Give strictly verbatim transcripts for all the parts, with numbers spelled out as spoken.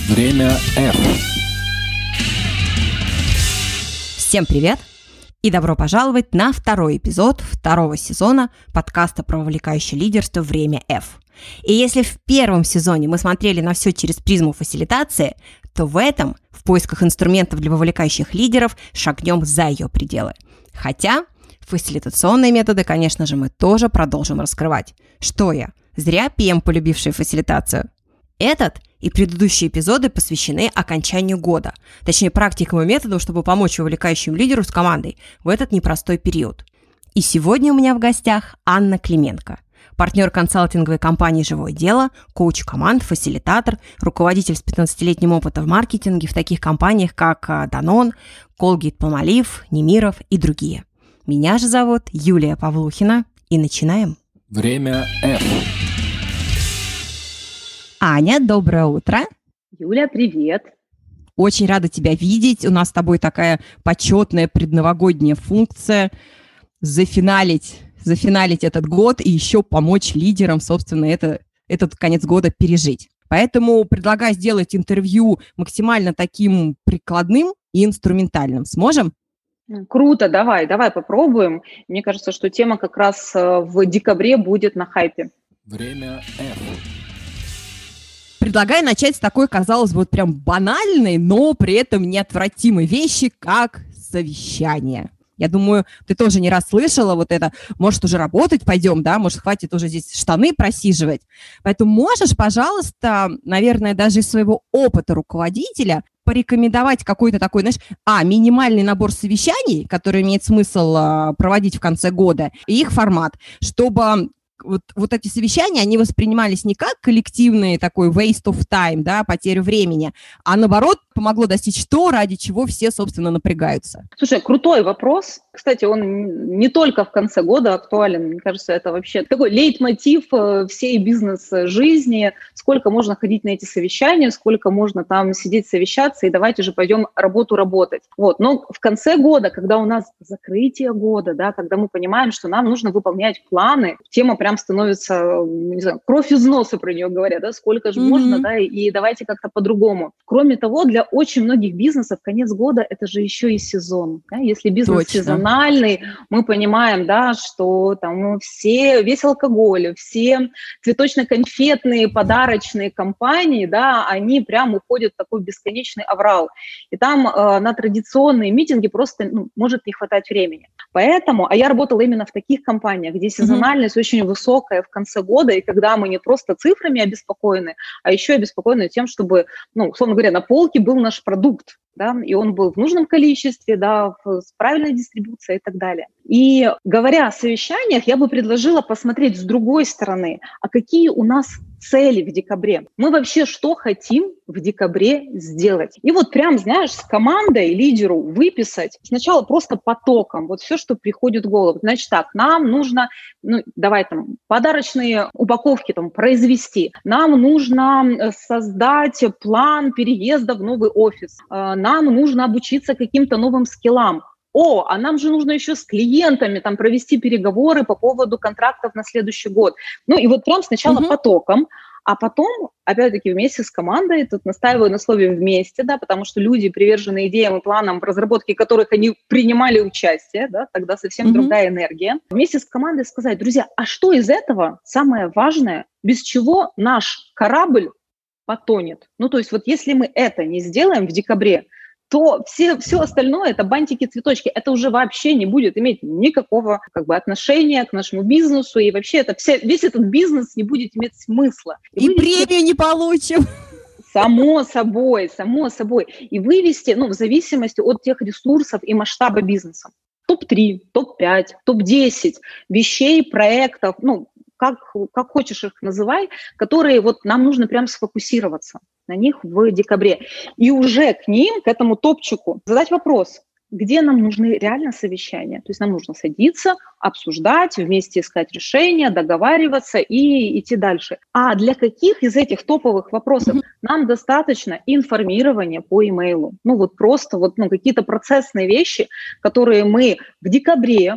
Время F. Всем привет и добро пожаловать на второй эпизод второго сезона подкаста про вовлекающее лидерство «Время F». И если в первом сезоне мы смотрели на все через призму фасилитации, то в этом, в поисках инструментов для вовлекающих лидеров, шагнем за ее пределы. Хотя фасилитационные методы, конечно же, мы тоже продолжим раскрывать. Что я? Зря пи эм, полюбивший фасилитацию. Этот и предыдущие эпизоды посвящены окончанию года, точнее практикам и методам, чтобы помочь вовлекающему лидеру с командой в этот непростой период. И сегодня у меня в гостях Анна Клименко, партнер консалтинговой компании «Живое дело», коуч команд, фасилитатор, руководитель с пятнадцатилетним опытом в маркетинге в таких компаниях, как Danone, Colgate-Palmolive, Немиров и другие. Меня же зовут Юлия Павлухина, и начинаем. Время F. Аня, доброе утро. Юля, привет. Очень рада тебя видеть. У нас с тобой такая почетная предновогодняя функция зафиналить, зафиналить этот год и еще помочь лидерам, собственно, это, этот конец года пережить. Поэтому предлагаю сделать интервью максимально таким прикладным и инструментальным. Сможем? Круто, давай, давай попробуем. Мне кажется, что тема как раз в декабре будет на хайпе. Время F. Предлагаю начать с такой, казалось бы, вот прям банальной, но при этом неотвратимой вещи, как совещание. Я думаю, ты тоже не раз слышала вот это, может, уже работать пойдем, да, может, хватит уже здесь штаны просиживать. Поэтому можешь, пожалуйста, наверное, даже из своего опыта руководителя порекомендовать какой-то такой, знаешь, а, минимальный набор совещаний, который имеет смысл а, проводить в конце года, и их формат, чтобы вот, вот эти совещания, они воспринимались не как коллективный такой waste of time, да, потеря времени, а наоборот помогло достичь то, ради чего все, собственно, напрягаются. Слушай, крутой вопрос. Кстати, он не только в конце года актуален. Мне кажется, это вообще такой лейтмотив всей бизнес-жизни. Сколько можно ходить на эти совещания, сколько можно там сидеть, совещаться, и давайте же пойдем работу работать. Вот. Но в конце года, когда у нас закрытие года, да, когда мы понимаем, что нам нужно выполнять планы, тема прям становится, не знаю, кровь из носа про нее говорят, да, сколько же mm-hmm. можно, да, и, и давайте как-то по-другому. Кроме того, для очень многих бизнесов конец года – это же еще и сезон. Да? Если бизнес Точно. сезональный, мы понимаем, да, что там все, весь алкоголь, все цветочно-конфетные, подарочные компании, да, они прям уходят в такой бесконечный аврал. И там э, на традиционные митинги просто ну, может не хватать времени. Поэтому, а я работала именно в таких компаниях, где сезональность mm-hmm. очень высокая в конце года, и когда мы не просто цифрами обеспокоены, а еще обеспокоены тем, чтобы, ну, условно говоря, на полке был наш продукт, да, и он был в нужном количестве, да, в, с правильной дистрибуцией и так далее. И говоря о совещаниях, я бы предложила посмотреть с другой стороны, а какие у нас цели в декабре. Мы вообще что хотим в декабре сделать? И вот прям, знаешь, с командой лидеру выписать сначала просто потоком, вот все, что приходит в голову. Значит так, нам нужно, ну, давай там, подарочные упаковки там произвести, нам нужно создать план переезда в новый офис, нам нужно обучиться каким-то новым скиллам. О, а нам же нужно еще с клиентами там провести переговоры по поводу контрактов на следующий год. Ну и вот прям сначала uh-huh. потоком, а потом, опять-таки, вместе с командой, тут настаиваю на слове «вместе», да, потому что люди, приверженные идеям и планам, в разработке которых они принимали участие, да, тогда совсем uh-huh. другая энергия. Вместе с командой сказать: друзья, а что из этого самое важное, без чего наш корабль потонет? Ну, то есть вот если мы это не сделаем в декабре, то все, все остальное, это бантики, цветочки, это уже вообще не будет иметь никакого как бы, отношения к нашему бизнесу, и вообще это все, весь этот бизнес не будет иметь смысла. И, и вывести... премию не получим. Само собой, само собой. И вывести, ну, в зависимости от тех ресурсов и масштаба бизнеса. топ три, топ пять, топ десять вещей, проектов, ну, как, как хочешь их называй, которые вот нам нужно прям сфокусироваться на них в декабре. И уже к ним, к этому топчику, задать вопрос, где нам нужны реально совещания. То есть нам нужно садиться, обсуждать, вместе искать решения, договариваться и идти дальше. А для каких из этих топовых вопросов mm-hmm. нам достаточно информирования по имейлу? Ну вот просто вот, ну, какие-то процессные вещи, которые мы в декабре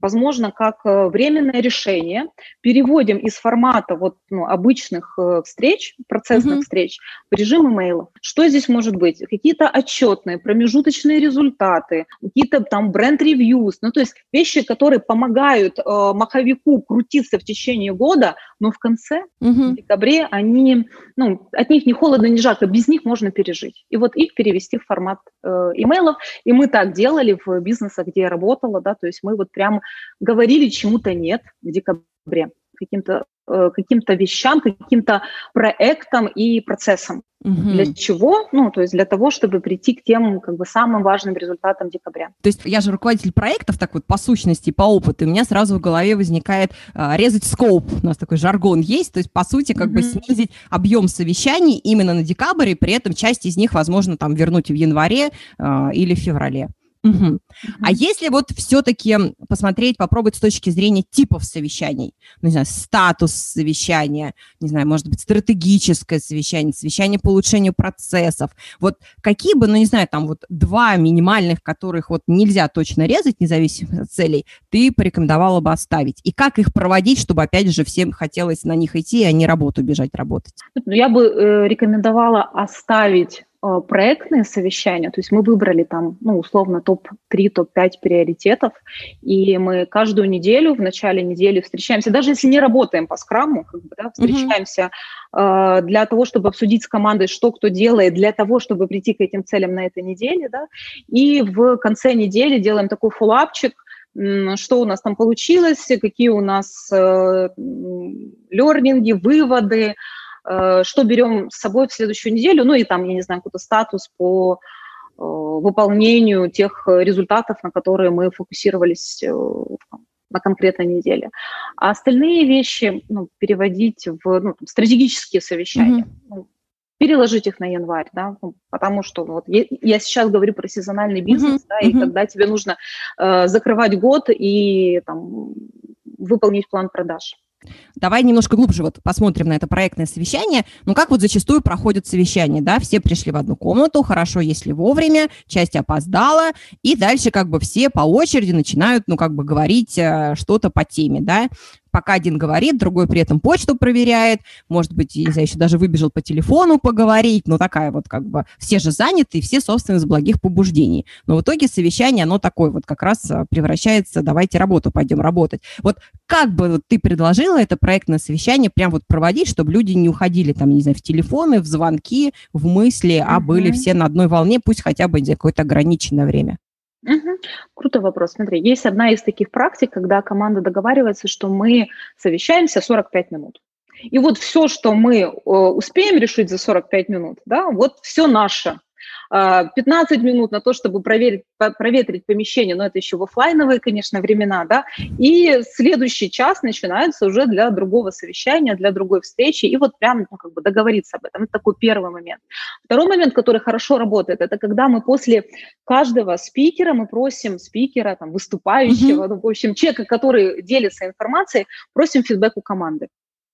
возможно, как э, временное решение, переводим из формата вот, ну, обычных э, встреч, процессных Мгм. встреч, в режим имейла. Что здесь может быть? Какие-то отчетные, промежуточные результаты, какие-то там бренд-ревьюс, ну, то есть вещи, которые помогают э, маховику крутиться в течение года, но в конце, в Мгм. декабре, они, ну, от них ни холодно, ни жарко, без них можно пережить. И вот их перевести в формат э, имейлов. И мы так делали в бизнесах, где я работала, да, то есть мы вот прям говорили чему-то нет в декабре, каким-то э, каким-то вещам, каким-то проектам и процессам. Для Мгм. чего? Ну, то есть для того, чтобы прийти к тем как бы самым важным результатам декабря. То есть я же руководитель проектов, так вот, по сущности, по опыту, и у меня сразу в голове возникает а, резать скоуп. У нас такой жаргон есть, то есть, по сути, как бы Мгм. снизить объем совещаний именно на декабрь, и при этом часть из них, возможно, там вернуть в январе а, или в феврале. Мгм. А Мгм. если вот все-таки посмотреть, попробовать с точки зрения типов совещаний, ну, не знаю, статус совещания, не знаю, может быть, стратегическое совещание, совещание по улучшению процессов, вот какие бы, ну, не знаю, там вот два минимальных, которых вот нельзя точно резать, независимо от целей, ты порекомендовала бы оставить? И как их проводить, чтобы, опять же, всем хотелось на них идти, а не работу бежать работать? Ну, я бы э, рекомендовала оставить э, проектные совещания, то есть мы выбрали там, ну, условно, топ три, топ пять приоритетов, и мы каждую неделю, в начале недели встречаемся, даже если не работаем по скраму, как бы, да, Мгм. встречаемся э, для того, чтобы обсудить с командой, что кто делает, для того, чтобы прийти к этим целям на этой неделе, да, и в конце недели делаем такой фоллапчик, м, что у нас там получилось, какие у нас э, м, лернинги, выводы, э, что берем с собой в следующую неделю, ну и там, я не знаю, какой-то статус по э, выполнению тех э, результатов, на которые мы фокусировались э, в- на конкретной неделе. А остальные вещи, ну, переводить в, ну, там, стратегические совещания, Мгм. ну, переложить их на январь, да, ну, потому что вот я, я сейчас говорю про сезональный Мгм. бизнес, да, и Мгм. когда тебе нужно э, закрывать год и там выполнить план продаж. Давай немножко глубже вот посмотрим на это проектное совещание. Ну, как вот зачастую проходят совещания, да? Все пришли в одну комнату, хорошо, если вовремя, часть опоздала, и дальше как бы все по очереди начинают, ну, как бы говорить э, что-то по теме, да? Пока один говорит, другой при этом почту проверяет, может быть, я не знаю, еще даже выбежал по телефону поговорить, ну, такая вот как бы все же заняты, и все, собственно, из благих побуждений. Но в итоге совещание, оно такое вот как раз а, превращается, давайте работу пойдем работать. Вот как бы вот ты предложила это проектное совещание прям вот проводить, чтобы люди не уходили там, не знаю, в телефоны, в звонки, в мысли, а были Мгм. все на одной волне, пусть хотя бы за какое-то ограниченное время? Мгм. Крутой вопрос. Смотри, есть одна из таких практик, когда команда договаривается, что мы совещаемся сорок пять минут. И вот все, что мы э, успеем решить за сорок пять минут, да, вот все наше. А, пятнадцать минут на то, чтобы проверить, по- проветрить помещение, но это еще в оффлайновые, конечно, времена, да, и следующий час начинается уже для другого совещания, для другой встречи, и вот прям, ну, как бы договориться об этом. Это такой первый момент. Второй момент, который хорошо работает, это когда мы после каждого спикера, мы просим спикера, там, Мгм. выступающего, ну, в общем, человека, который делится информацией, просим фидбэк у команды.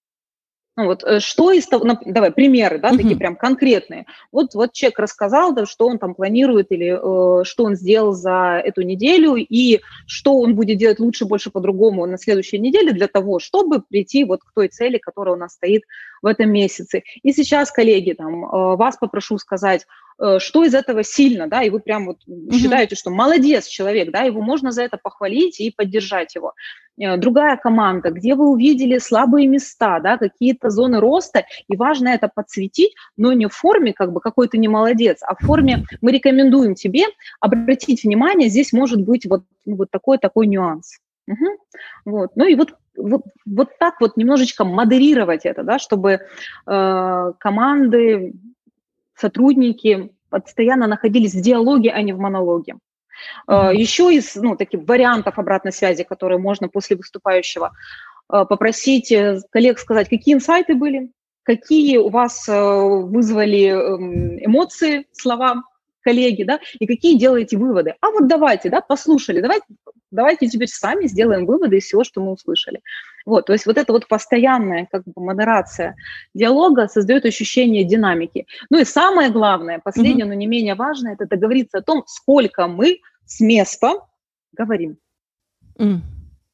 Ну вот, э, что из того, нап- давай, примеры, да, такие Мгм. прям конкретные. Вот, вот человек рассказал, да, что он там планирует или э, что он сделал за эту неделю и что он будет делать лучше, больше, по-другому на следующей неделе для того, чтобы прийти вот к той цели, которая у нас стоит в этом месяце. И сейчас, коллеги, там, э, вас попрошу сказать, э, что из этого сильно, да, и вы прям вот Мгм. считаете, что молодец человек, да, его можно за это похвалить и поддержать его. Э, другая команда, где вы увидели слабые места, да, какие-то зоны роста, и важно это подсветить, но не в форме как бы какой то не молодец, а в форме мы рекомендуем тебе обратить внимание, здесь может быть вот, ну, вот такой-такой нюанс. Мгм. Вот. Ну и вот, вот, вот так вот немножечко модерировать это, да, чтобы э, команды, сотрудники постоянно находились в диалоге, а не в монологе. Э, Мгм. Еще из, ну, таких вариантов обратной связи, которые можно после выступающего э, попросить э, коллег сказать, какие инсайты были, какие у вас э, вызвали эм, эмоции, слова коллеги, да, и какие делаете выводы. А вот давайте, да, послушали, давайте, давайте теперь сами сделаем выводы из всего, что мы услышали. Вот, то есть вот эта вот постоянная как бы модерация диалога создает ощущение динамики. Ну и самое главное, Мгм. последнее, но не менее важное, это договориться о том, сколько мы с места говорим. М.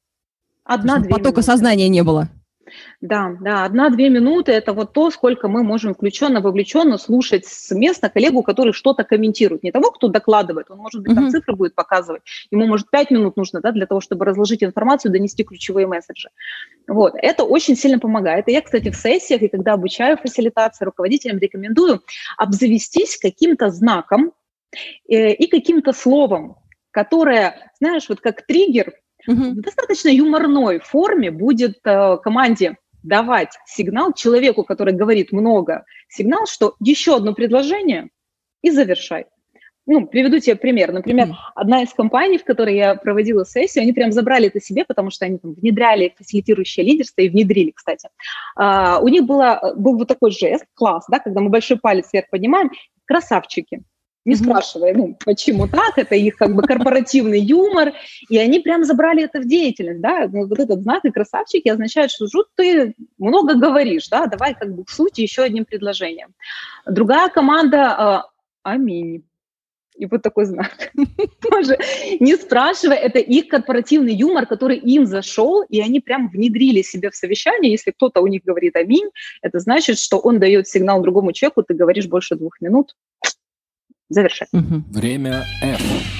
Одна-две Потока минуты. сознания не было. Да, да, одна-две минуты – это вот то, сколько мы можем включенно, вовлеченно слушать с места коллегу, который что-то комментирует. Не того, кто докладывает, он, может быть, там Мгм. цифры будет показывать, ему, может, пять минут нужно, да, для того, чтобы разложить информацию, донести ключевые месседжи. Вот, это очень сильно помогает. И я, кстати, в сессиях, и когда обучаю фасилитации, руководителям рекомендую обзавестись каким-то знаком э, и каким-то словом, которое, знаешь, вот как триггер, Мгм. в достаточно юморной форме будет э, команде давать сигнал человеку, который говорит много, сигнал, что еще одно предложение и завершай. Ну, приведу тебе пример. Например, Мгм. одна из компаний, в которой я проводила сессию, они прям забрали это себе, потому что они там внедряли фасилитирующее лидерство и внедрили, кстати. А, у них было, был вот такой жест, класс, да, когда мы большой палец вверх поднимаем, красавчики. Не Мгм. спрашивая, ну, почему так, это их как бы корпоративный юмор, и они прям забрали это в деятельность, да, ну, вот этот знак и красавчики означает, что жут, ты много говоришь, да, давай как бы в сути еще одним предложением. Другая команда, а, аминь. И вот такой знак. Тоже не спрашивая, это их корпоративный юмор, который им зашел, и они прям внедрили себе в совещание. Если кто-то у них говорит аминь, это значит, что он дает сигнал другому человеку, ты говоришь больше двух минут, завершай. Мгм. Время F.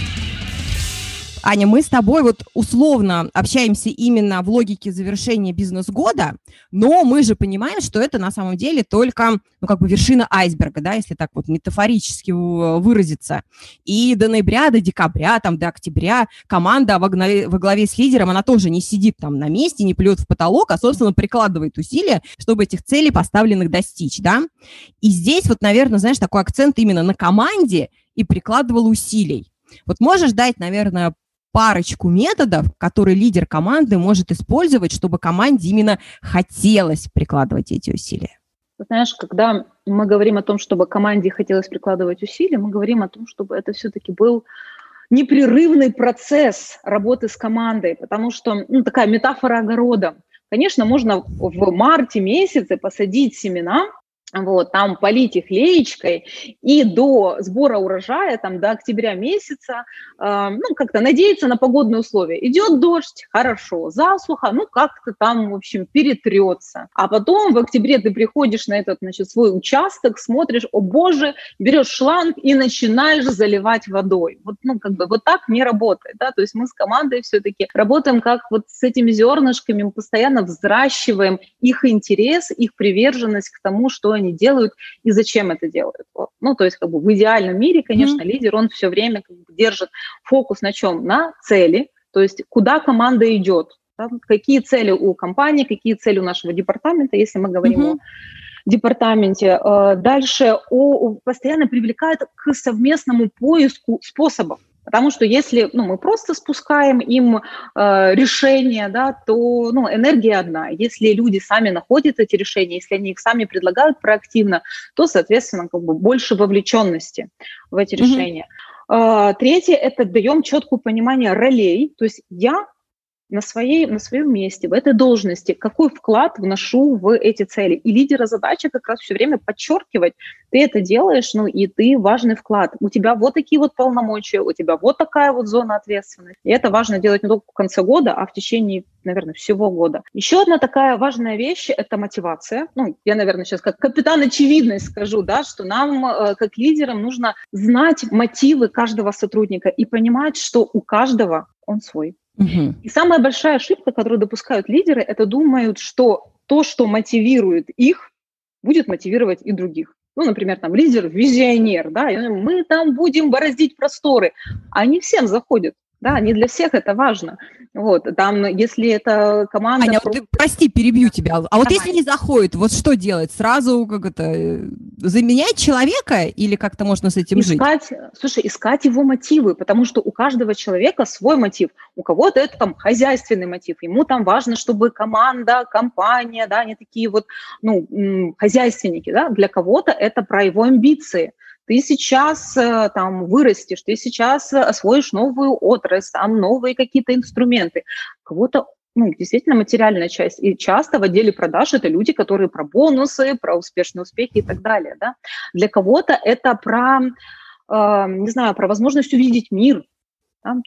Аня, мы с тобой вот условно общаемся именно в логике завершения бизнес-года, но мы же понимаем, что это на самом деле только, ну, как бы вершина айсберга, да, если так вот метафорически в- выразиться. И до ноября, до декабря, там, до октября команда во главе, во главе с лидером, она тоже не сидит там на месте, не плюет в потолок, а, собственно, прикладывает усилия, чтобы этих целей поставленных достичь, да. И здесь вот, наверное, знаешь, такой акцент именно на команде и прикладывал усилий. Вот можешь дать, наверное, парочку методов, которые лидер команды может использовать, чтобы команде именно хотелось прикладывать эти усилия? Ты знаешь, когда мы говорим о том, чтобы команде хотелось прикладывать усилия, мы говорим о том, чтобы это все-таки был непрерывный процесс работы с командой, потому что, ну, такая метафора огорода. Конечно, можно в марте месяце посадить семена, вот, там полить их леечкой, и до сбора урожая, там, до октября месяца, э, ну, как-то надеяться на погодные условия. Идет дождь, хорошо, засуха, ну, как-то там, в общем, перетрется. А потом в октябре ты приходишь на этот, значит, свой участок, смотришь, о боже, берешь шланг и начинаешь заливать водой. Вот, ну, как бы вот так не работает, да, то есть мы с командой все-таки работаем как вот с этими зернышками, мы постоянно взращиваем их интерес, их приверженность к тому, что они делают и зачем это делают. Вот. Ну, то есть как бы в идеальном мире, конечно, mm-hmm. лидер, он все время как бы держит фокус на чем? На цели, то есть куда команда идет, да? Какие цели у компании, какие цели у нашего департамента, если мы говорим mm-hmm. о департаменте. Дальше о, постоянно привлекает к совместному поиску способов. Потому что если, ну, мы просто спускаем им э, решения, да, то, ну, энергия одна. Если люди сами находят эти решения, если они их сами предлагают проактивно, то, соответственно, как бы больше вовлеченности в эти mm-hmm. решения. Э, третье – это даем четкое понимание ролей. То есть я на, своей, на своем месте, в этой должности, какой вклад вношу в эти цели. И лидера задача как раз все время подчеркивать, ты это делаешь, ну и ты важный вклад. У тебя вот такие вот полномочия, у тебя вот такая вот зона ответственности. И это важно делать не только в конце года, а в течение, наверное, всего года. Еще одна такая важная вещь – это мотивация. Ну, я, наверное, сейчас как капитан очевидность скажу, да, что нам, как лидерам, нужно знать мотивы каждого сотрудника и понимать, что у каждого он свой. Угу. И самая большая ошибка, которую допускают лидеры, это думают, что то, что мотивирует их, будет мотивировать и других. Ну, например, там лидер, визионер, да, и мы там будем бороздить просторы. Они всем заходят, да, не для всех это важно. Вот, там, если это команда... Аня, вот ты, прости, перебью тебя. А вот Давай. Если не заходит, вот что делать? Сразу как это, заменять человека или как-то можно с этим искать, жить? Слушай, искать его мотивы, потому что у каждого человека свой мотив. У кого-то это там хозяйственный мотив. Ему там важно, чтобы команда, компания, да, они такие вот, ну, хозяйственники, да. Для кого-то это про его амбиции. Ты сейчас там вырастешь, ты сейчас освоишь новую отрасль, там новые какие-то инструменты. Кого-то, ну, действительно материальная часть. И часто в отделе продаж это люди, которые про бонусы, про успешные успехи и так далее. Да? Для кого-то это про, э, не знаю, про возможность увидеть мир. Да? То есть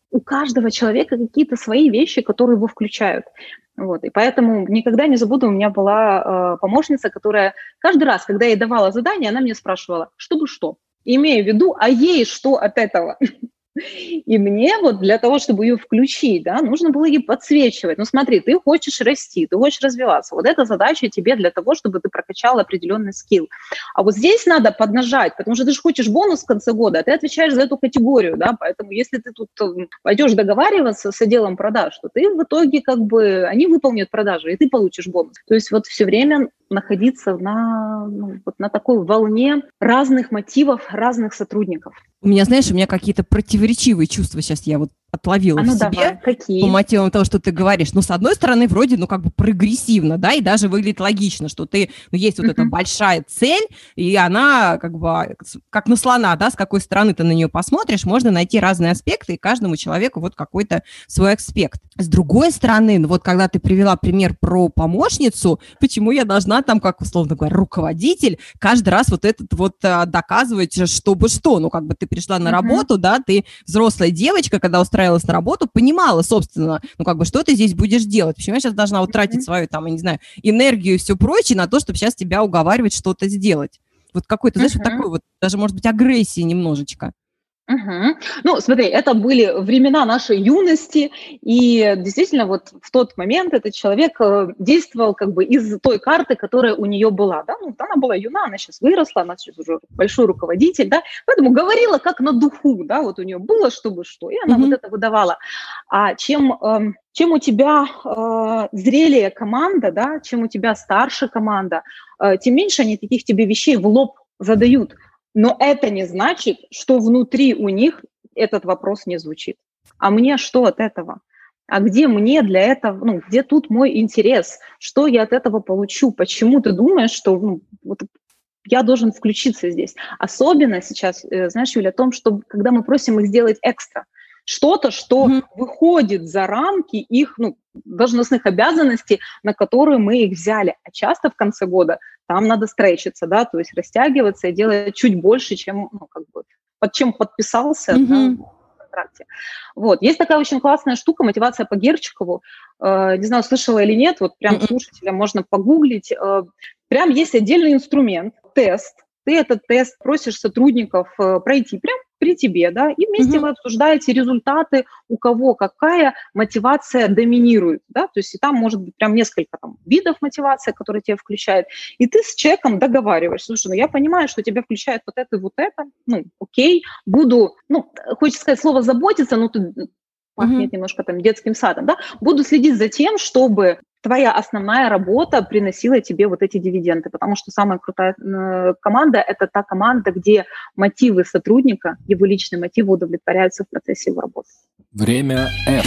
у каждого человека какие-то свои вещи, которые его включают. Вот. И поэтому никогда не забуду, у меня была э, помощница, которая каждый раз, когда я ей давала задание, она мне спрашивала, чтобы что, имея в виду, а ей что от этого? И мне вот для того, чтобы ее включить, да, нужно было ей подсвечивать. Ну смотри, ты хочешь расти, ты хочешь развиваться. Вот эта задача тебе для того, чтобы ты прокачал определенный скилл. А вот здесь надо поднажать, потому что ты же хочешь бонус в конце года, а ты отвечаешь за эту категорию, да, поэтому если ты тут пойдешь договариваться с отделом продаж, то ты в итоге как бы, они выполнят продажи, и ты получишь бонус. То есть вот все время находиться на, ну, вот на такой волне разных мотивов, разных сотрудников. У меня, знаешь, у меня какие-то противоречивые чувства сейчас я вот отловила а ну в себе давай, какие? По мотивам того, что ты говоришь. Ну, с одной стороны, вроде, ну, как бы прогрессивно, да, и даже выглядит логично, что ты, ну, есть вот uh-huh. эта большая цель, и она как бы как на слона, да, с какой стороны ты на нее посмотришь, можно найти разные аспекты, и каждому человеку вот какой-то свой аспект. С другой стороны, ну, вот когда ты привела пример про помощницу, почему я должна там, как условно говоря, руководитель, каждый раз вот этот вот а, доказывать, чтобы что, ну, как бы ты пришла на uh-huh. работу, да, ты взрослая девочка, когда устраивалась на работу, понимала, собственно, ну, как бы, что ты здесь будешь делать. Почему я сейчас должна утратить mm-hmm. свою, там, я не знаю, энергию и все прочее на то, чтобы сейчас тебя уговаривать что-то сделать? Вот какой-то, знаешь, mm-hmm. вот такой вот, даже, может быть, агрессии немножечко. Угу. Ну, смотри, это были времена нашей юности, и действительно вот в тот момент этот человек действовал как бы из той карты, которая у нее была, да, ну, она была юна, она сейчас выросла, она сейчас уже большой руководитель, да, поэтому говорила как на духу, да, вот у нее было чтобы что, и она угу. вот это выдавала. А чем, э, чем у тебя э, зрелее команда, да, чем у тебя старше команда, э, тем меньше они таких тебе вещей в лоб задают. Но это не значит, что внутри у них этот вопрос не звучит. А мне что от этого? А где мне для этого, ну, где тут мой интерес? Что я от этого получу? Почему ты думаешь, что ну, вот я должен включиться здесь? Особенно сейчас, знаешь, Юля, о том, что когда мы просим их сделать экстра, что-то, что mm-hmm. выходит за рамки их ну, должностных обязанностей, на которые мы их взяли. А часто в конце года там надо стрейчиться, да, то есть растягиваться и делать чуть больше, чем, ну, как бы, под чем подписался mm-hmm. да, в контракте. Вот. Есть такая очень классная штука, мотивация по Герчикову. Э, не знаю, слышала или нет, вот прям mm-hmm. слушателям можно погуглить. Э, прям есть отдельный инструмент, тест. Ты этот тест просишь сотрудников э, пройти прям при тебе, да, и вместе mm-hmm. вы обсуждаете результаты, у кого какая мотивация доминирует, да, то есть и там может быть прям несколько там, видов мотивации, которые тебя включают, и ты с человеком договариваешься, слушай, ну я понимаю, что тебя включает вот это и вот это, ну, окей, буду, ну, хочется сказать слово «заботиться», но тут пахнет mm-hmm. немножко там детским садом, да, буду следить за тем, чтобы твоя основная работа приносила тебе вот эти дивиденды, потому что самая крутая э, команда – это та команда, где мотивы сотрудника, его личные мотивы удовлетворяются в процессе его работы. Время F.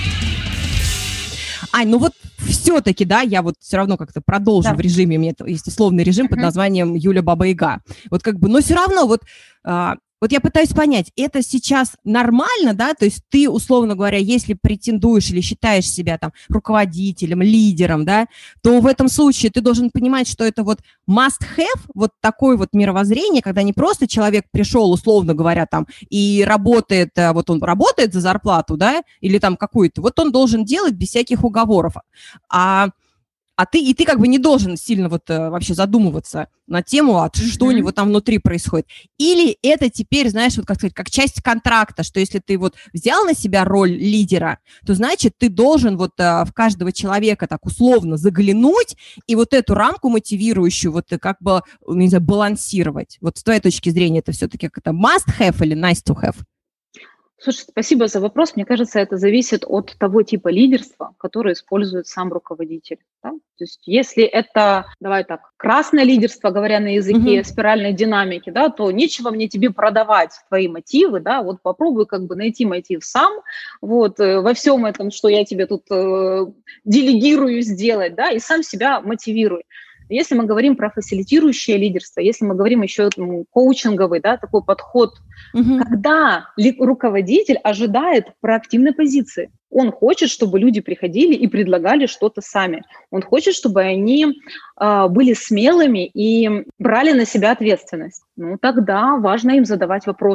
Ань, ну вот все-таки, да, я вот все равно как-то продолжу да. в режиме, у меня есть условный режим uh-huh. под названием Юля Баба-Яга. Вот как бы, но все равно вот... А, Вот я пытаюсь понять, это сейчас нормально, да, то есть ты, условно говоря, если претендуешь или считаешь себя там руководителем, лидером, да, то в этом случае ты должен понимать, что это вот must-have, вот такое вот мировоззрение, когда не просто человек пришел, условно говоря, там, и работает, вот он работает за зарплату, да, или там какую-то, вот он должен делать без всяких уговоров, а... А ты, и ты как бы не должен сильно вот э, вообще задумываться на тему, а mm-hmm. что у него там внутри происходит. Или это теперь, знаешь, вот как сказать, как часть контракта, что если ты вот взял на себя роль лидера, то значит ты должен вот э, в каждого человека так условно заглянуть и вот эту рамку мотивирующую вот как бы, не знаю, балансировать. Вот с твоей точки зрения это все-таки как это must have или nice to have? Слушай, спасибо за вопрос. Мне кажется, это зависит от того типа лидерства, которое использует сам руководитель. Да? То есть если это, давай так, красное лидерство, говоря на языке mm-hmm. спиральной динамики, да, то нечего мне тебе продавать твои мотивы, да, вот попробуй как бы найти мотив сам, вот, э, во всем этом, что я тебе тут э, делегирую сделать, да, и сам себя мотивируй. Если мы говорим про фасилитирующее лидерство, если мы говорим еще ну, коучинговый, да, такой подход, угу. когда ли, руководитель ожидает проактивной позиции, он хочет, чтобы люди приходили и предлагали что-то сами. Он хочет, чтобы они э, были смелыми и брали на себя ответственность. Ну, тогда важно им задавать вопросы.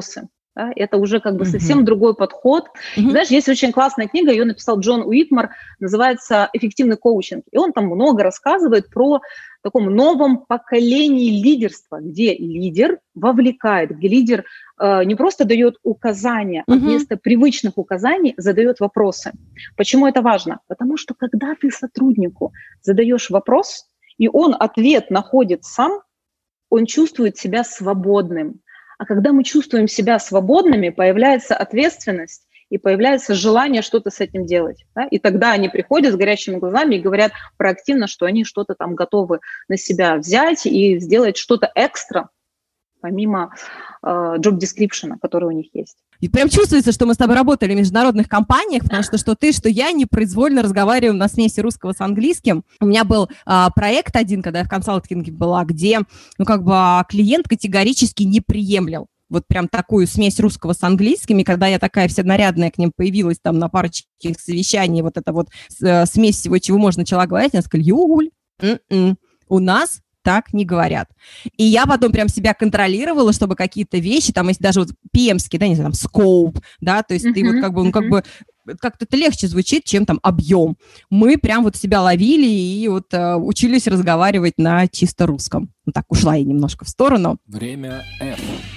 Да? Это уже как бы Мгм. совсем другой подход. И Мгм. знаешь, есть очень классная книга, ее написал Джон Уитмар, называется «Эффективный коучинг». И он там много рассказывает про таком новом поколении лидерства, где лидер вовлекает, где лидер э, не просто дает указания, а Мгм. вместо привычных указаний задает вопросы. Почему это важно? Потому что когда ты сотруднику задаешь вопрос, и он ответ находит сам, он чувствует себя свободным. А когда мы чувствуем себя свободными, появляется ответственность и появляется желание что-то с этим делать. Да? И тогда они приходят с горящими глазами и говорят проактивно, что они что-то там готовы на себя взять и сделать что-то экстра, помимо э, job description, который у них есть. И прям чувствуется, что мы с тобой работали в международных компаниях, потому что что ты, что я непроизвольно разговариваем на смеси русского с английским. У меня был а, проект один, когда я в консалтинге была, где, ну, как бы а, клиент категорически не приемлил вот прям такую смесь русского с английским, и когда я такая вся нарядная к ним появилась там на парочке совещаний, вот эта вот э, смесь всего, чего можно начала говорить, она сказала: Юль, м-м, у нас так не говорят. И я потом прям себя контролировала, чтобы какие-то вещи, там, если даже вот пи эм-ские, да, не знаю, там, scope, да, то есть uh-huh, ты вот как бы, ну, как uh-huh. бы, как-то это легче звучит, чем там объем. Мы прям вот себя ловили и вот э, учились разговаривать на чисто русском. Ну, так, ушла я немножко в сторону. Время F.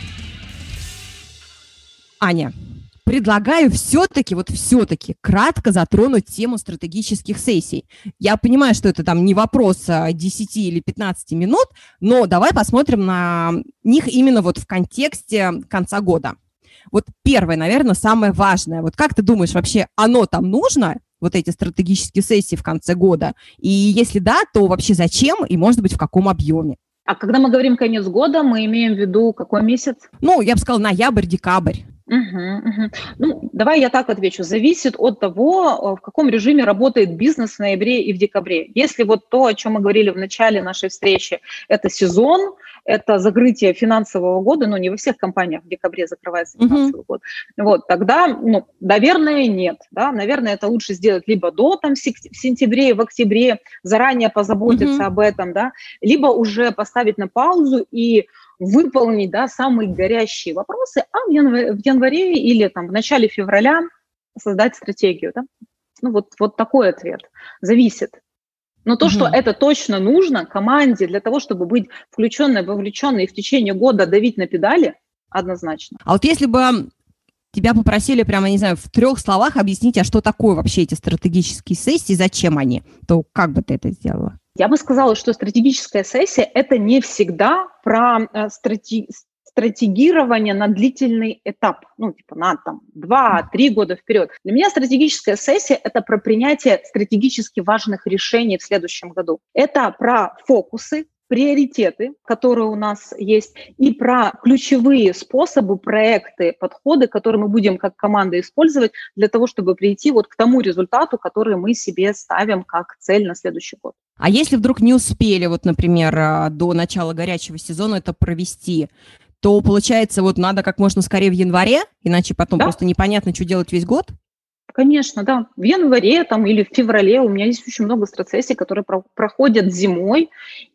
Аня, предлагаю все-таки, вот все-таки кратко затронуть тему стратегических сессий. Я понимаю, что это там не вопрос десять или пятнадцать минут, но давай посмотрим на них именно вот в контексте конца года. Вот первое, наверное, самое важное. Вот как ты думаешь, вообще оно там нужно, вот эти стратегические сессии в конце года? И если да, то вообще зачем и, может быть, в каком объеме? А когда мы говорим конец года, мы имеем в виду какой месяц? Ну, я бы сказала, ноябрь, декабрь. Угу, угу. Ну, давай я так отвечу. Зависит от того, в каком режиме работает бизнес в ноябре и в декабре. Если вот то, о чем мы говорили в начале нашей встречи, это сезон, это закрытие финансового года, но не во всех компаниях в декабре закрывается финансовый uh-huh. год, вот, тогда, ну, наверное, нет, да, наверное, это лучше сделать либо до, там, в сентябре, в октябре, заранее позаботиться uh-huh. об этом, да, либо уже поставить на паузу и выполнить, да, самые горящие вопросы, а в январе, в январе или там в начале февраля создать стратегию, да. Ну, вот, вот такой ответ. Зависит. Но то, угу. что это точно нужно команде для того, чтобы быть включенной, вовлеченной и в течение года давить на педали, однозначно. А вот если бы тебя попросили прямо, не знаю, в трех словах объяснить, а что такое вообще эти стратегические сессии, зачем они, то как бы ты это сделала? Я бы сказала, что стратегическая сессия – это не всегда про э, стратеги- стратегирование на длительный этап, ну, типа на там два-три года вперед. Для меня стратегическая сессия – это про принятие стратегически важных решений в следующем году. Это про фокусы, приоритеты, которые у нас есть, и про ключевые способы, проекты, подходы, которые мы будем как команда использовать для того, чтобы прийти вот к тому результату, который мы себе ставим как цель на следующий год. А если вдруг не успели, вот, например, до начала горячего сезона это провести, то, получается, вот надо как можно скорее в январе, иначе потом да? просто непонятно, что делать весь год? Конечно, да. В январе там, или в феврале у меня есть очень много стратсессий, которые про- проходят зимой.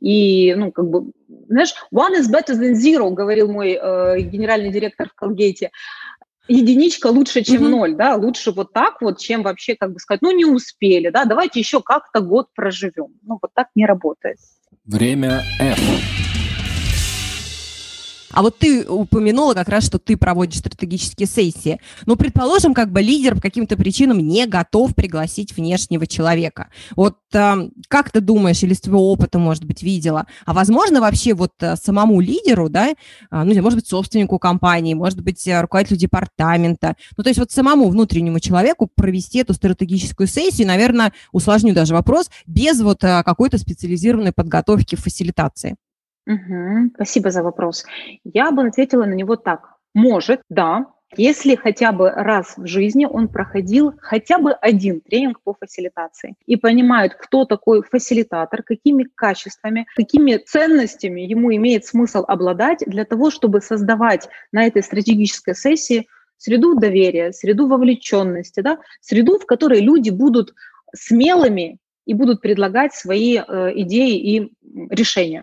И, ну, как бы, знаешь, one is better than zero, говорил мой э, генеральный директор в Колгейте. Единичка лучше, чем mm-hmm. ноль, да, лучше вот так вот, чем вообще, как бы сказать, ну, не успели, да, давайте еще как-то год проживем. Ну, вот так не работает. Время F. А вот ты упомянула как раз, что ты проводишь стратегические сессии. Но, предположим, как бы лидер по каким-то причинам не готов пригласить внешнего человека. Вот э, как ты думаешь, или с твоего опыта, может быть, видела, а возможно вообще вот э, самому лидеру, да, э, ну, может быть, собственнику компании, может быть, э, руководителю департамента, ну, то есть вот самому внутреннему человеку провести эту стратегическую сессию, наверное, усложню даже вопрос, без вот э, какой-то специализированной подготовки в фасилитации. Угу, спасибо за вопрос. Я бы ответила на него так. Может, да, если хотя бы раз в жизни он проходил хотя бы один тренинг по фасилитации и понимает, кто такой фасилитатор, какими качествами, какими ценностями ему имеет смысл обладать для того, чтобы создавать на этой стратегической сессии среду доверия, среду вовлеченности, да, среду, в которой люди будут смелыми и будут предлагать свои э, идеи и решения.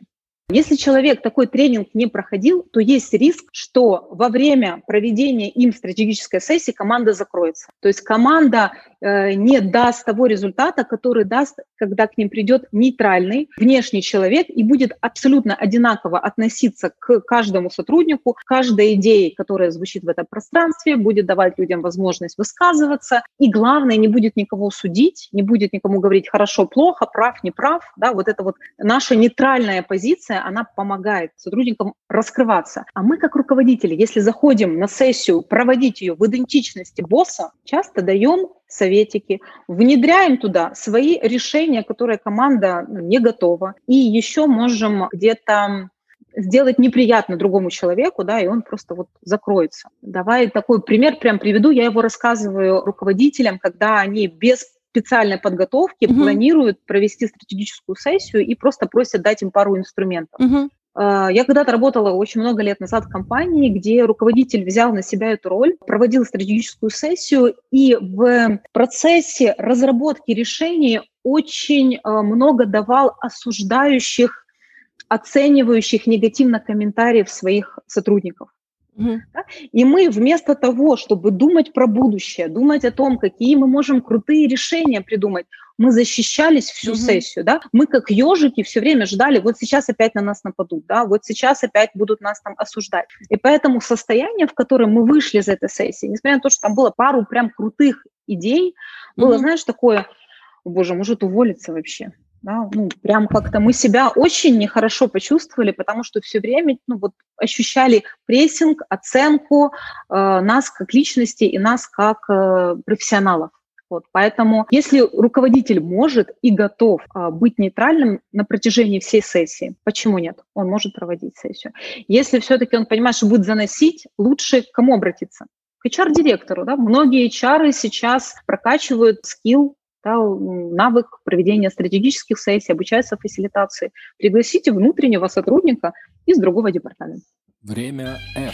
Если человек такой тренинг не проходил, то есть риск, что во время проведения им стратегической сессии команда закроется. То есть команда э, не даст того результата, который даст, когда к ним придет нейтральный внешний человек и будет абсолютно одинаково относиться к каждому сотруднику, к каждой идее, которая звучит в этом пространстве, будет давать людям возможность высказываться. И главное, не будет никого судить, не будет никому говорить хорошо, плохо, прав, не прав. Да, вот это вот наша нейтральная позиция, она помогает сотрудникам раскрываться. А мы, как руководители, если заходим на сессию, проводить ее в идентичности босса, часто даем советики, внедряем туда свои решения, которые команда не готова, и еще можем где-то сделать неприятно другому человеку, да, и он просто вот закроется. Давай такой пример прям приведу. Я его рассказываю руководителям, когда они без специальной подготовки mm-hmm. планируют провести стратегическую сессию и просто просят дать им пару инструментов. Mm-hmm. Я когда-то работала очень много лет назад в компании, где руководитель взял на себя эту роль, проводил стратегическую сессию, и в процессе разработки решений очень много давал осуждающих, оценивающих негативно комментариев своих сотрудников. Mm-hmm. Да? И мы вместо того, чтобы думать про будущее, думать о том, какие мы можем крутые решения придумать, мы защищались всю mm-hmm. сессию. Да? Мы как ежики все время ждали, вот сейчас опять на нас нападут, да? Вот сейчас опять будут нас там осуждать. И поэтому состояние, в котором мы вышли из этой сессии, несмотря на то, что там было пару прям крутых идей, было, mm-hmm. знаешь, такое, о боже, может уволиться вообще. Да, ну, прям как-то мы себя очень нехорошо почувствовали, потому что все время ну, вот, ощущали прессинг, оценку э, нас как личности и нас как э, профессионалов. Вот, поэтому если руководитель может и готов э, быть нейтральным на протяжении всей сессии, почему нет? Он может проводить сессию. Если все-таки он понимает, что будет заносить, лучше к кому обратиться? К эйч ар-директору. Да? Многие эйч ар сейчас прокачивают скилл, да, навык проведения стратегических сессий, обучаются фасилитации. Пригласите внутреннего сотрудника из другого департамента. Время F.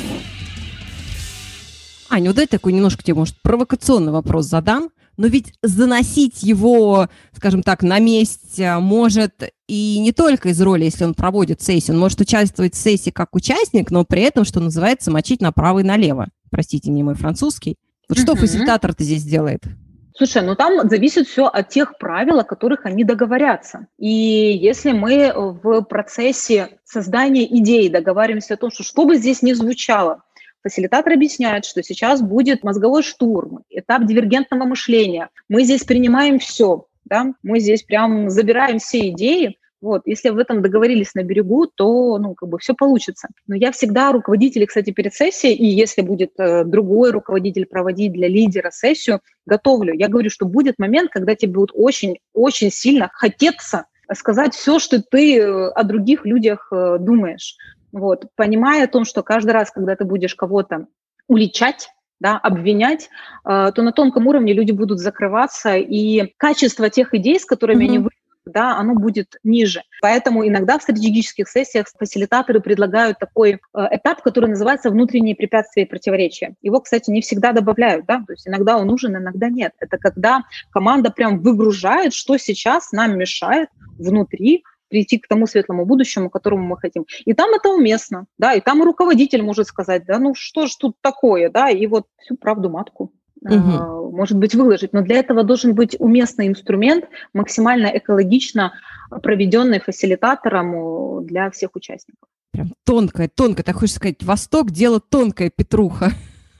Аня, вот дай такой немножко тебе, может, провокационный вопрос задам. Но ведь заносить его, скажем так, на месте может и не только из роли, если он проводит сессию. Он может участвовать в сессии как участник, но при этом, что называется, мочить направо и налево. Простите, не мой французский. Вот что фасилитатор-то здесь делает? Слушай, ну там зависит все от тех правил, о которых они договорятся. И если мы в процессе создания идей договариваемся о том, что что бы здесь ни звучало, фасилитатор объясняет, что сейчас будет мозговой штурм, этап дивергентного мышления. Мы здесь принимаем все, да? Мы здесь прям забираем все идеи. Вот, если в этом договорились на берегу, то, ну, как бы все получится. Но я всегда руководителей, кстати, перед сессией, и если будет э, другой руководитель проводить для лидера сессию, готовлю. Я говорю, что будет момент, когда тебе будет очень-очень сильно хотеться сказать все, что ты о других людях э, думаешь. Вот, понимая о том, что каждый раз, когда ты будешь кого-то уличать, да, обвинять, э, то на тонком уровне люди будут закрываться, и качество тех идей, с которыми mm-hmm. они выйдут, да, оно будет ниже. Поэтому иногда в стратегических сессиях фасилитаторы предлагают такой э, этап, который называется внутренние препятствия и противоречия. Его, кстати, не всегда добавляют, да, то есть иногда он нужен, иногда нет. Это когда команда прям выгружает, что сейчас нам мешает внутри прийти к тому светлому будущему, к которому мы хотим. И там это уместно, да, и там и руководитель может сказать, да, ну что ж тут такое, да, и вот всю правду матку. Угу. Может быть, выложить. Но для этого должен быть уместный инструмент, максимально экологично проведенный фасилитатором для всех участников. Прям тонкое, тонкое, так хочешь сказать, Восток – дело тонкое, Петруха.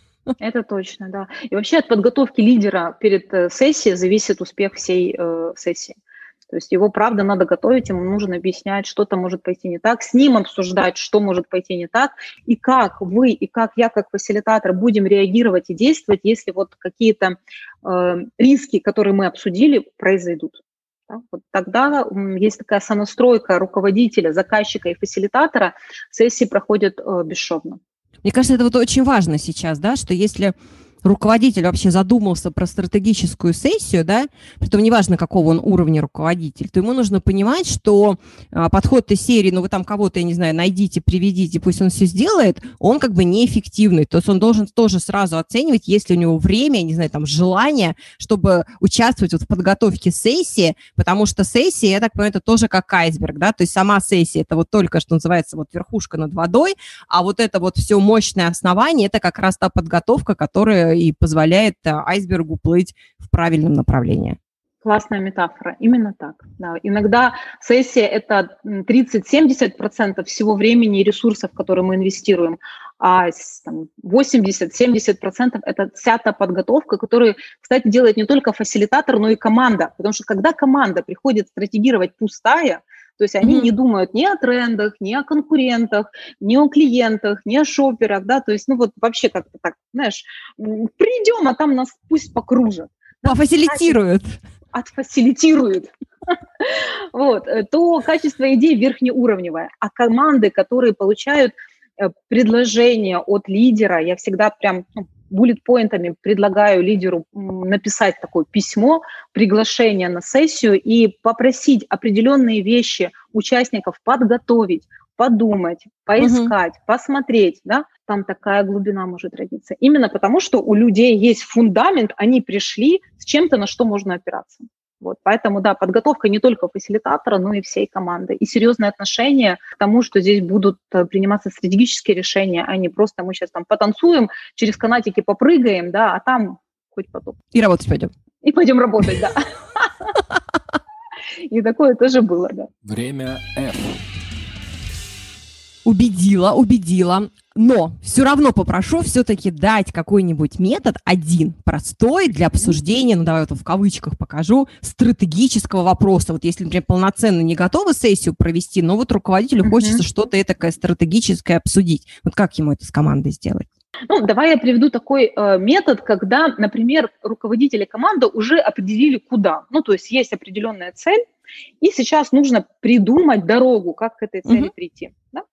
Это точно, да. И вообще от подготовки лидера перед сессией зависит успех всей э, сессии. То есть его, правда, надо готовить, ему нужно объяснять, что-то может пойти не так, с ним обсуждать, что может пойти не так, и как вы, и как я, как фасилитатор, будем реагировать и действовать, если вот какие-то э, риски, которые мы обсудили, произойдут. Да? Вот тогда м, есть такая сонастройка руководителя, заказчика и фасилитатора, сессии проходят э, бесшовно. Мне кажется, это вот очень важно сейчас, да, что если руководитель вообще задумался про стратегическую сессию, да, притом неважно, какого он уровня руководитель, то ему нужно понимать, что а, подход из серии, ну вы там кого-то, я не знаю, найдите, приведите, пусть он все сделает, он как бы неэффективный. То есть он должен тоже сразу оценивать, есть ли у него время, я не знаю, там желание, чтобы участвовать вот в подготовке сессии, потому что сессия, я так понимаю, это тоже как айсберг, да, то есть сама сессия, это вот только, что называется, вот верхушка над водой, а вот это вот все мощное основание, это как раз та подготовка, которая и позволяет айсбергу плыть в правильном направлении. Классная метафора, именно так. Да. Иногда сессия – это тридцать-семьдесят процентов всего времени и ресурсов, которые мы инвестируем, а восемьдесят-семьдесят процентов – это вся та подготовка, которую, кстати, делает не только фасилитатор, но и команда. Потому что когда команда приходит стратегировать пустая, то есть они mm-hmm. не думают ни о трендах, ни о конкурентах, ни о клиентах, ни о шоперах, да, то есть, ну вот вообще как-то так, знаешь, придем, а там нас пусть покружат. Пофасилитируют. Отфасилитируют. Вот, то качество идей верхнеуровневое, а команды, которые получают предложения от лидера, я всегда прям ну, буллет-поинтами предлагаю лидеру написать такое письмо, приглашение на сессию и попросить определенные вещи участников подготовить, подумать, поискать, угу. посмотреть, да, там такая глубина может родиться. Именно потому, что у людей есть фундамент, они пришли с чем-то, на что можно опираться. Вот, поэтому, да, подготовка не только фасилитатора, но и всей команды. И серьезное отношение к тому, что здесь будут приниматься стратегические решения, а не просто мы сейчас там потанцуем, через канатики попрыгаем, да, а там хоть потом. И работать пойдем. И пойдем работать, да. И такое тоже было, да. Время F. Убедила, убедила. Но все равно попрошу все-таки дать какой-нибудь метод, один, простой, для обсуждения, ну давай вот в кавычках покажу, стратегического вопроса. Вот если, например, полноценно не готовы сессию провести, но вот руководителю uh-huh. хочется что-то этакое стратегическое обсудить. Вот как ему это с командой сделать? Ну, давай я приведу такой э, метод, когда, например, руководители команды уже определили куда. Ну, то есть есть определенная цель, и сейчас нужно придумать дорогу, как к этой цели uh-huh. прийти, да?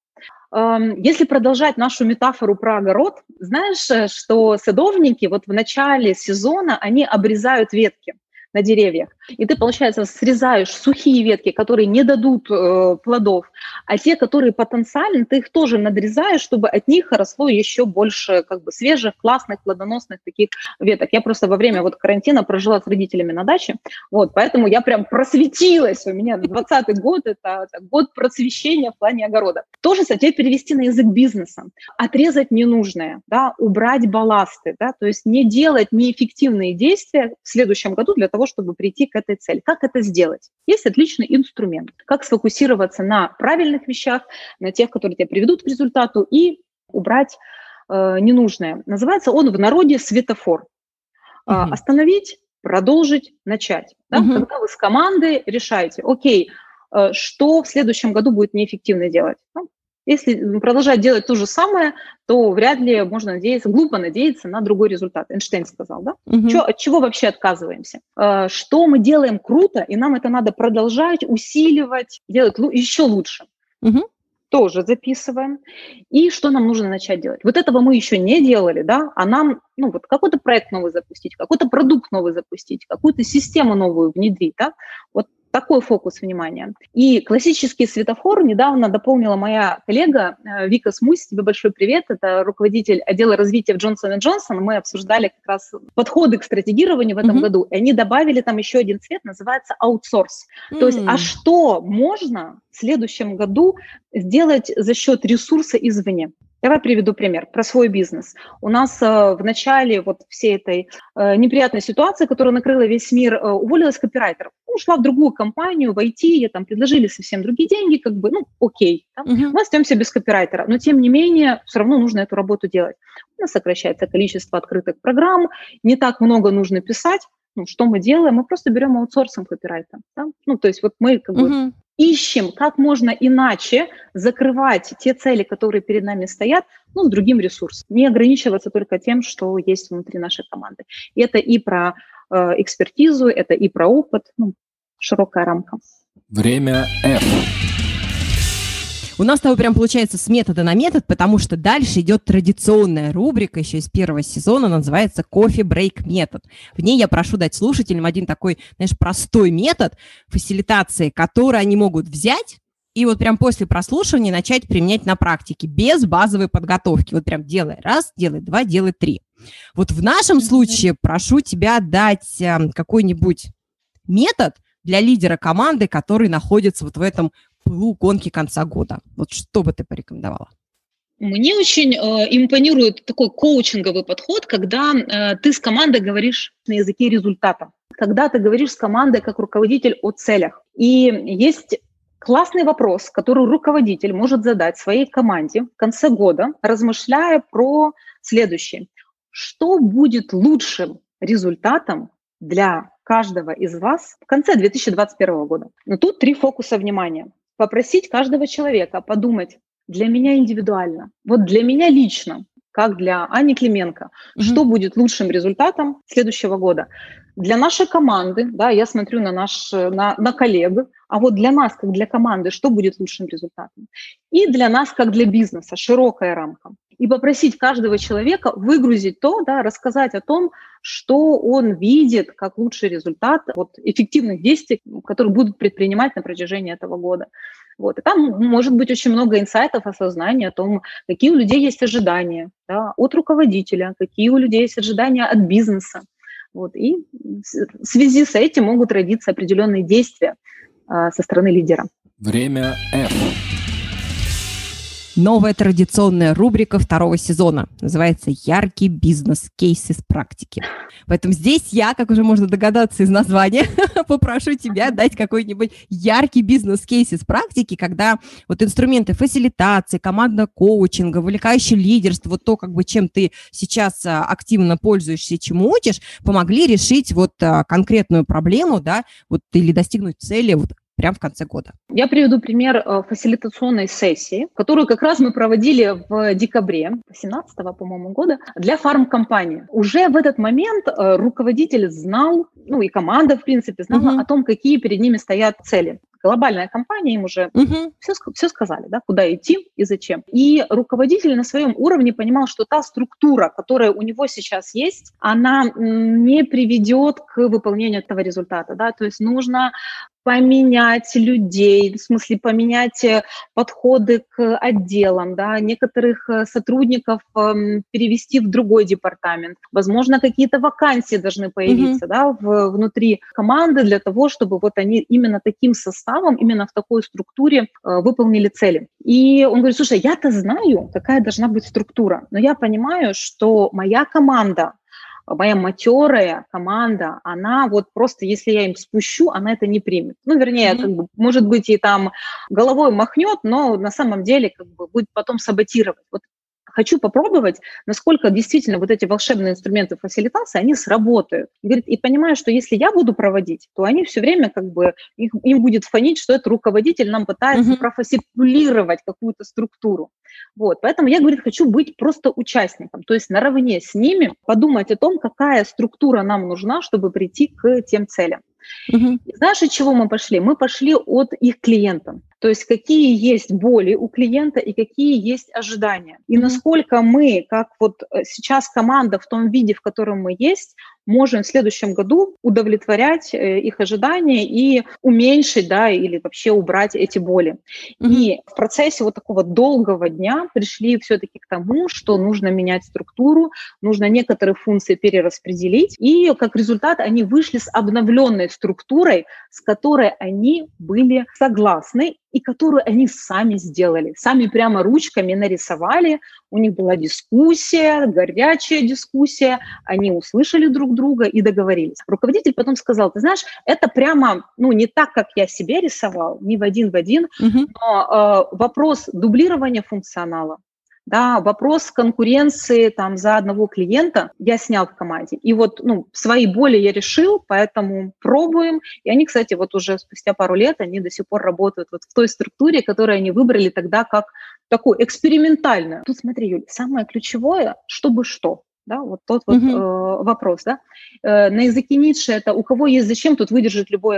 Если продолжать нашу метафору про огород, знаешь, что садовники вот в начале сезона, они обрезают ветки на деревьях. И ты, получается, срезаешь сухие ветки, которые не дадут э, плодов, а те, которые потенциальны, ты их тоже надрезаешь, чтобы от них росло еще больше как бы свежих, классных, плодоносных таких веток. Я просто во время вот карантина прожила с родителями на даче, вот, поэтому я прям просветилась. У меня двадцатый год – это, это год просвещения в плане огорода. Тоже, кстати, перевести на язык бизнеса. Отрезать ненужное, да, убрать балласты, да, то есть не делать неэффективные действия в следующем году для того, чтобы прийти к этой цели. Как это сделать? Есть отличный инструмент. Как сфокусироваться на правильных вещах, на тех, которые тебя приведут к результату, и убрать э, ненужное. Называется он в народе светофор. Э, mm-hmm. Остановить, продолжить, начать. Да? Mm-hmm. Когда вы с командой решаете, окей, э, что в следующем году будет неэффективно делать. Ну, если продолжать делать то же самое, то вряд ли можно надеяться, глупо надеяться на другой результат. Эйнштейн сказал, да? Uh-huh. Чё, от чего вообще отказываемся? Э, что мы делаем круто, и нам это надо продолжать, усиливать, делать лу- еще лучше. Uh-huh. Тоже записываем. И что нам нужно начать делать? Вот этого мы еще не делали, да? А нам, ну вот какой-то проект новый запустить, какой-то продукт новый запустить, какую-то систему новую внедрить, да? Вот такой фокус внимания. И классический светофор недавно дополнила моя коллега Вика Смусь. Тебе большой привет. Это руководитель отдела развития в Джонсон энд Джонсон. Мы обсуждали как раз подходы к стратегированию в этом mm-hmm. году. И они добавили там еще один цвет, называется аутсорс. Mm-hmm. То есть, а что можно в следующем году сделать за счет ресурса извне? Давай приведу пример про свой бизнес. У нас э, в начале вот всей этой э, неприятной ситуации, которая накрыла весь мир, э, уволилась копирайтер. Ушла в другую компанию, в ай ти, ей там предложили совсем другие деньги, как бы, ну, окей. Да? Uh-huh. Мы остаемся без копирайтера, но тем не менее все равно нужно эту работу делать. У нас сокращается количество открытых программ, не так много нужно писать. Ну, что мы делаем? Мы просто берем аутсорсом копирайтера. Да? Ну, то есть вот мы как uh-huh. бы ищем, как можно иначе закрывать те цели, которые перед нами стоят, ну, с другим ресурсом. Не ограничиваться только тем, что есть внутри нашей команды. И это и про э, экспертизу, это и про опыт, ну, широкая рамка. Время F. У нас с тобой прям получается с метода на метод, потому что дальше идет традиционная рубрика еще из первого сезона, называется «Кофе-брейк метод». В ней я прошу дать слушателям один такой, знаешь, простой метод фасилитации, который они могут взять и вот прям после прослушивания начать применять на практике, без базовой подготовки. Вот прям делай раз, делай два, делай три. Вот в нашем случае прошу тебя дать э, какой-нибудь метод для лидера команды, который находится вот в этом пылу гонки конца года. Вот что бы ты порекомендовала? Мне очень э, импонирует такой коучинговый подход, когда э, ты с командой говоришь на языке результата, когда ты говоришь с командой как руководитель о целях. И есть классный вопрос, который руководитель может задать своей команде в конце года, размышляя про следующее. Что будет лучшим результатом для каждого из вас в конце две тысячи двадцать первого года? Но тут три фокуса внимания. Попросить каждого человека подумать для меня индивидуально, вот для меня лично, как для Ани Клименко, mm-hmm. что будет лучшим результатом следующего года. Для нашей команды, да, я смотрю на, наш, на, на коллег, а вот для нас, как для команды, что будет лучшим результатом? И для нас, как для бизнеса, широкая рамка. И попросить каждого человека выгрузить то, да, рассказать о том, что он видит как лучший результат вот, эффективных действий, которые будут предпринимать на протяжении этого года. Вот. И там может быть очень много инсайтов, осознания о том, какие у людей есть ожидания, да, от руководителя, какие у людей есть ожидания от бизнеса. Вот. И в связи с этим могут родиться определенные действия а, со стороны лидера. Время F. Новая традиционная рубрика второго сезона. Называется «Яркий бизнес-кейс из практики». Поэтому здесь я, как уже можно догадаться из названия, попрошу тебя дать какой-нибудь яркий бизнес-кейс из практики, когда вот инструменты фасилитации, командного коучинга, вовлекающее лидерство, вот то, как бы, чем ты сейчас активно пользуешься и чему учишь, помогли решить вот конкретную проблему, да, вот, или достигнуть цели вот прямо в конце года. Я приведу пример фасилитационной сессии, которую как раз мы проводили в декабре две тысячи семнадцатого, по-моему, года для фармкомпании. Уже в этот момент руководитель знал, ну и команда, в принципе, знала uh-huh. о том, какие перед ними стоят цели. Глобальная компания, им уже uh-huh. все, все сказали, да, куда идти и зачем. И руководитель на своем уровне понимал, что та структура, которая у него сейчас есть, она не приведет к выполнению этого результата. Да? То есть нужно поменять людей, в смысле поменять подходы к отделам, да, некоторых сотрудников эм, перевести в другой департамент. Возможно, какие-то вакансии должны появиться mm-hmm. да, в, внутри команды для того, чтобы вот они именно таким составом, именно в такой структуре э, выполнили цели. И он говорит, слушай, я-то знаю, какая должна быть структура, но я понимаю, что моя команда, моя матерая команда, она вот просто, если я им спущу, она это не примет. Ну, вернее, mm-hmm. как бы, может быть, и там головой махнет, но на самом деле как бы будет потом саботировать. Вот хочу попробовать, насколько действительно вот эти волшебные инструменты фасилитации, они сработают. И, говорит, и понимаю, что если я буду проводить, то они все время как бы, их, им будет фонить, что это руководитель нам пытается mm-hmm. профасилировать какую-то структуру. Вот, поэтому я, говорит, хочу быть просто участником, то есть наравне с ними подумать о том, какая структура нам нужна, чтобы прийти к тем целям. Uh-huh. И знаешь, от чего мы пошли? Мы пошли от их клиентов. То есть какие есть боли у клиента и какие есть ожидания. И uh-huh. насколько мы, как вот сейчас команда в том виде, в котором мы есть, можем в следующем году удовлетворять их ожидания и уменьшить, да, или вообще убрать эти боли. Uh-huh. И в процессе вот такого долгого дня пришли все-таки к тому, что нужно менять структуру, нужно некоторые функции перераспределить. И как результат они вышли с обновленной структурой, с которой они были согласны и которую они сами сделали. Сами прямо ручками нарисовали. У них была дискуссия, горячая дискуссия. Они услышали друг друга и договорились. Руководитель потом сказал, ты знаешь, это прямо, ну, не так, как я себе рисовал, не в один в один, uh-huh. но э, вопрос дублирования функционала, да, вопрос конкуренции там, за одного клиента я снял в команде. И вот ну, свои боли я решил, поэтому пробуем. И они, кстати, вот уже спустя пару лет, они до сих пор работают вот в той структуре, которую они выбрали тогда как такую экспериментальную. Тут смотри, Юль, самое ключевое, чтобы что. Да, вот тот вот uh-huh. э, вопрос. Да? Э, на языке Ницше это «у кого есть зачем, тут выдержит любое как».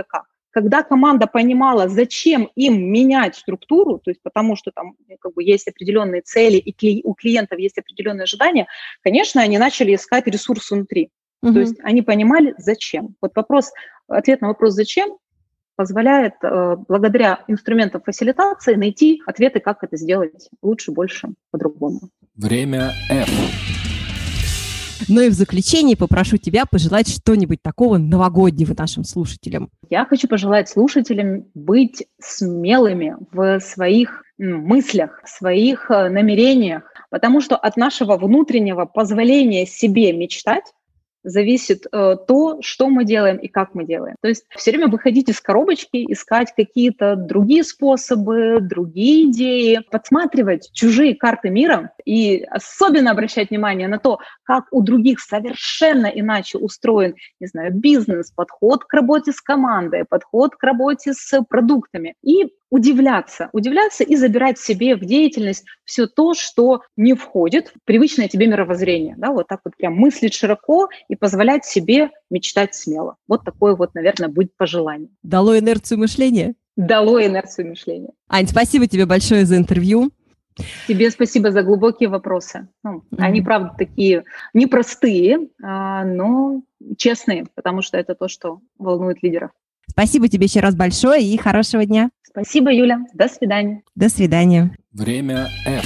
когда команда понимала, зачем им менять структуру, то есть потому что там как бы есть определенные цели, и кли- у клиентов есть определенные ожидания, конечно, они начали искать ресурс внутри. Mm-hmm. То есть они понимали, зачем. Вот вопрос, ответ на вопрос «зачем» позволяет э, благодаря инструментам фасилитации найти ответы, как это сделать лучше, больше, по-другому. Время F. Ну и в заключении попрошу тебя пожелать что-нибудь такого новогоднего нашим слушателям. Я хочу пожелать слушателям быть смелыми в своих мыслях, в своих намерениях, потому что от нашего внутреннего позволения себе мечтать зависит э, то, что мы делаем и как мы делаем. То есть все время выходить из коробочки, искать какие-то другие способы, другие идеи, подсматривать чужие карты мира и особенно обращать внимание на то, как у других совершенно иначе устроен, не знаю, бизнес, подход к работе с командой, подход к работе с продуктами. И удивляться, удивляться и забирать себе в деятельность все то, что не входит в привычное тебе мировоззрение. Да, вот так вот прям мыслить широко и позволять себе мечтать смело. Вот такое вот, наверное, будет пожелание. Дало инерцию мышления? Дало инерцию мышления. Ань, спасибо тебе большое за интервью. Тебе спасибо за глубокие вопросы. Ну, mm-hmm. Они, правда, такие непростые, но честные, потому что это то, что волнует лидеров. Спасибо тебе еще раз большое и хорошего дня. Спасибо, Юля. До свидания. До свидания. Время F.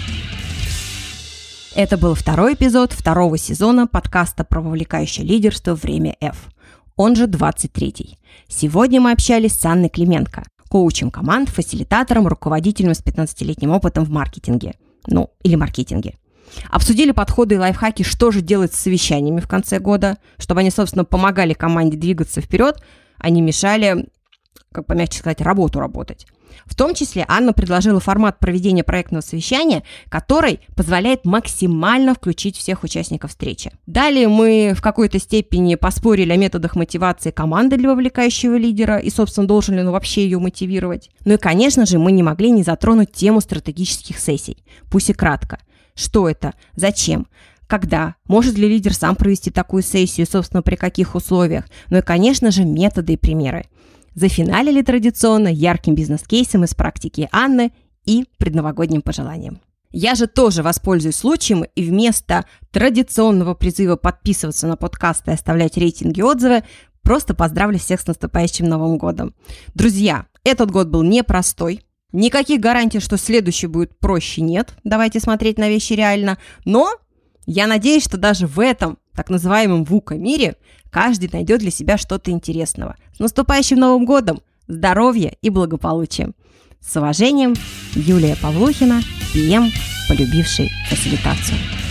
Это был второй эпизод второго сезона подкаста про вовлекающее лидерство «Время F», он же двадцать третий. Сегодня мы общались с Анной Клименко, коучем команд, фасилитатором, руководителем с пятнадцатилетним опытом в маркетинге. Ну, или маркетинге. Обсудили подходы и лайфхаки, что же делать с совещаниями в конце года, чтобы они, собственно, помогали команде двигаться вперед, а не мешали, как помягче сказать, работу работать. В том числе Анна предложила формат проведения проектного совещания, который позволяет максимально включить всех участников встречи. Далее мы в какой-то степени поспорили о методах мотивации команды для вовлекающего лидера и, собственно, должен ли он вообще ее мотивировать. Ну и, конечно же, мы не могли не затронуть тему стратегических сессий. Пусть и кратко. Что это? Зачем? Когда? Может ли лидер сам провести такую сессию, собственно, при каких условиях? Ну и, конечно же, методы и примеры. Зафиналили традиционно ярким бизнес-кейсом из практики Анны и предновогодним пожеланием. Я же тоже воспользуюсь случаем и вместо традиционного призыва подписываться на подкасты и оставлять рейтинги и отзывы просто поздравлю всех с наступающим Новым годом. Друзья, этот год был непростой. Никаких гарантий, что следующий будет проще, нет. Давайте смотреть на вещи реально. Но я надеюсь, что даже в этом так называемом вука-мире каждый найдет для себя что-то интересного. С наступающим Новым годом! Здоровья и благополучия! С уважением, Юлия Павлухина, пи эм, полюбивший фасилитацию.